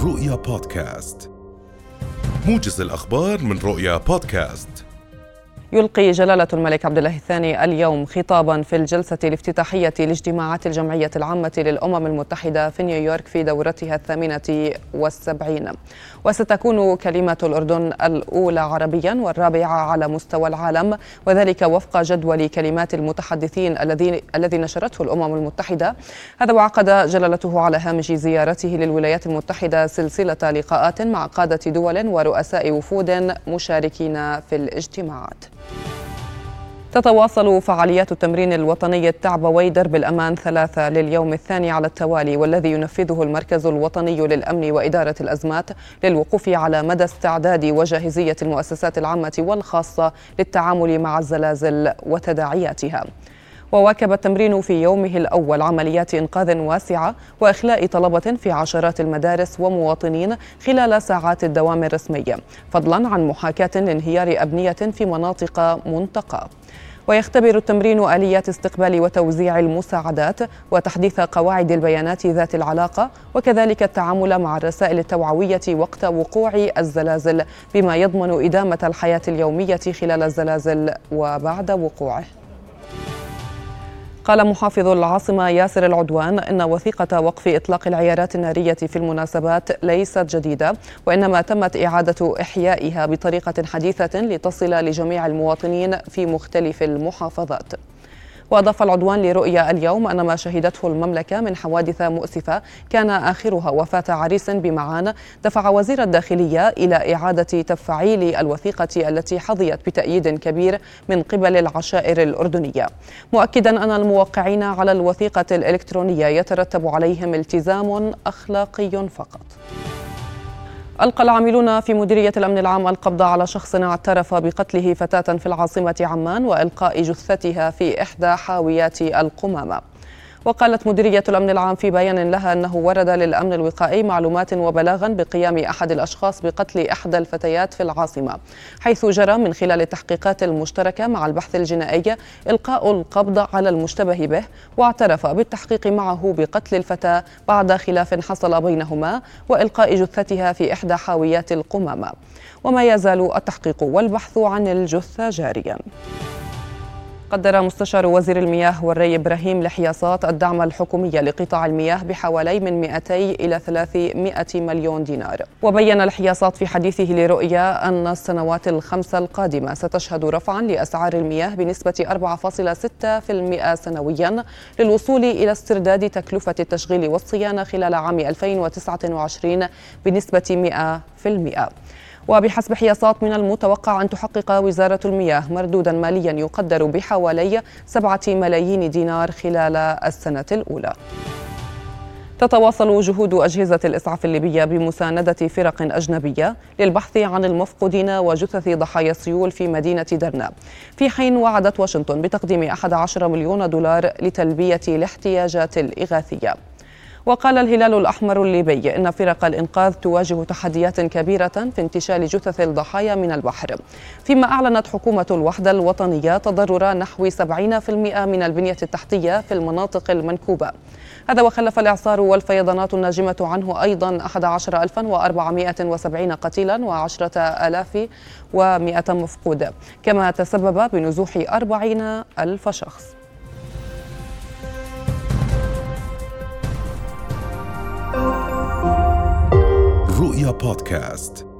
رؤيا بودكاست، موجز الأخبار من رؤيا بودكاست. يلقي جلالة الملك عبد الله الثاني اليوم خطابا في الجلسة الافتتاحية لاجتماعات الجمعية العامة للأمم المتحدة في نيويورك في دورتها 78، وستكون كلمة الأردن الأولى عربيا والرابعة على مستوى العالم، وذلك وفق جدول كلمات المتحدثين الذي نشرته الأمم المتحدة. هذا وعقد جلالته على هامش زيارته للولايات المتحدة سلسلة لقاءات مع قادة دول ورؤساء وفود مشاركين في الاجتماعات. تتواصل فعاليات التمرين الوطني التعبوي درب الأمان 3 لليوم الثاني على التوالي، والذي ينفذه المركز الوطني للأمن وإدارة الأزمات للوقوف على مدى استعداد وجاهزية المؤسسات العامة والخاصة للتعامل مع الزلازل وتداعياتها. وواكب التمرين في يومه الأول عمليات إنقاذ واسعة وإخلاء طلبة في عشرات المدارس ومواطنين خلال ساعات الدوام الرسمية، فضلا عن محاكاة لانهيار أبنية في مناطق منتقى. ويختبر التمرين آليات استقبال وتوزيع المساعدات وتحديث قواعد البيانات ذات العلاقة، وكذلك التعامل مع الرسائل التوعوية وقت وقوع الزلازل، بما يضمن إدامة الحياة اليومية خلال الزلازل وبعد وقوعه. قال محافظ العاصمة ياسر العدوان إن وثيقة وقف إطلاق العيارات النارية في المناسبات ليست جديدة، وإنما تمت إعادة إحيائها بطريقة حديثة لتصل لجميع المواطنين في مختلف المحافظات. وأضاف العدوان لرؤيا اليوم أن ما شهدته المملكة من حوادث مؤسفة كان آخرها وفاة عريس بمعان دفع وزير الداخلية إلى إعادة تفعيل الوثيقة التي حظيت بتأييد كبير من قبل العشائر الأردنية، مؤكدا أن الموقعين على الوثيقة الإلكترونية يترتب عليهم التزام أخلاقي فقط. ألقى العاملون في مديرية الأمن العام القبض على شخص اعترف بقتله فتاة في العاصمة عمان وإلقاء جثتها في إحدى حاويات القمامة. وقالت مديرية الأمن العام في بيان لها أنه ورد للأمن الوقائي معلومات وبلاغا بقيام أحد الأشخاص بقتل إحدى الفتيات في العاصمة، حيث جرى من خلال التحقيقات المشتركة مع البحث الجنائي إلقاء القبض على المشتبه به، واعترف بالتحقيق معه بقتل الفتاة بعد خلاف حصل بينهما وإلقاء جثتها في إحدى حاويات القمامة. وما يزال التحقيق والبحث عن الجثة جاريا. قدر مستشار وزير المياه والري إبراهيم لحياصات الدعم الحكومي لقطاع المياه بحوالي من 200 إلى 300 مليون دينار. وبين الحياصات في حديثه لرؤيا أن السنوات الخمسة القادمة ستشهد رفعا لأسعار المياه بنسبة 4.6% سنويا، للوصول إلى استرداد تكلفة التشغيل والصيانة خلال عام 2029 بنسبة 100%. وبحسب حياصات من المتوقع أن تحقق وزارة المياه مردودا ماليا يقدر بحوالي 7 ملايين دينار خلال السنة الأولى. تتواصل جهود أجهزة الإسعاف الليبية بمساندة فرق أجنبية للبحث عن المفقودين وجثث ضحايا السيول في مدينة درنا، في حين وعدت واشنطن بتقديم 11 مليون دولار لتلبية الاحتياجات الإغاثية. وقال الهلال الأحمر الليبي إن فرق الإنقاذ تواجه تحديات كبيرة في انتشال جثث الضحايا من البحر، فيما أعلنت حكومة الوحدة الوطنية تضرر نحو 70% من البنية التحتية في المناطق المنكوبة. هذا وخلف الإعصار والفيضانات الناجمة عنه أيضا 11,470 قتيلا و10,100 مفقود، كما تسبب بنزوح 40,000 شخص. رؤيا بودكاست.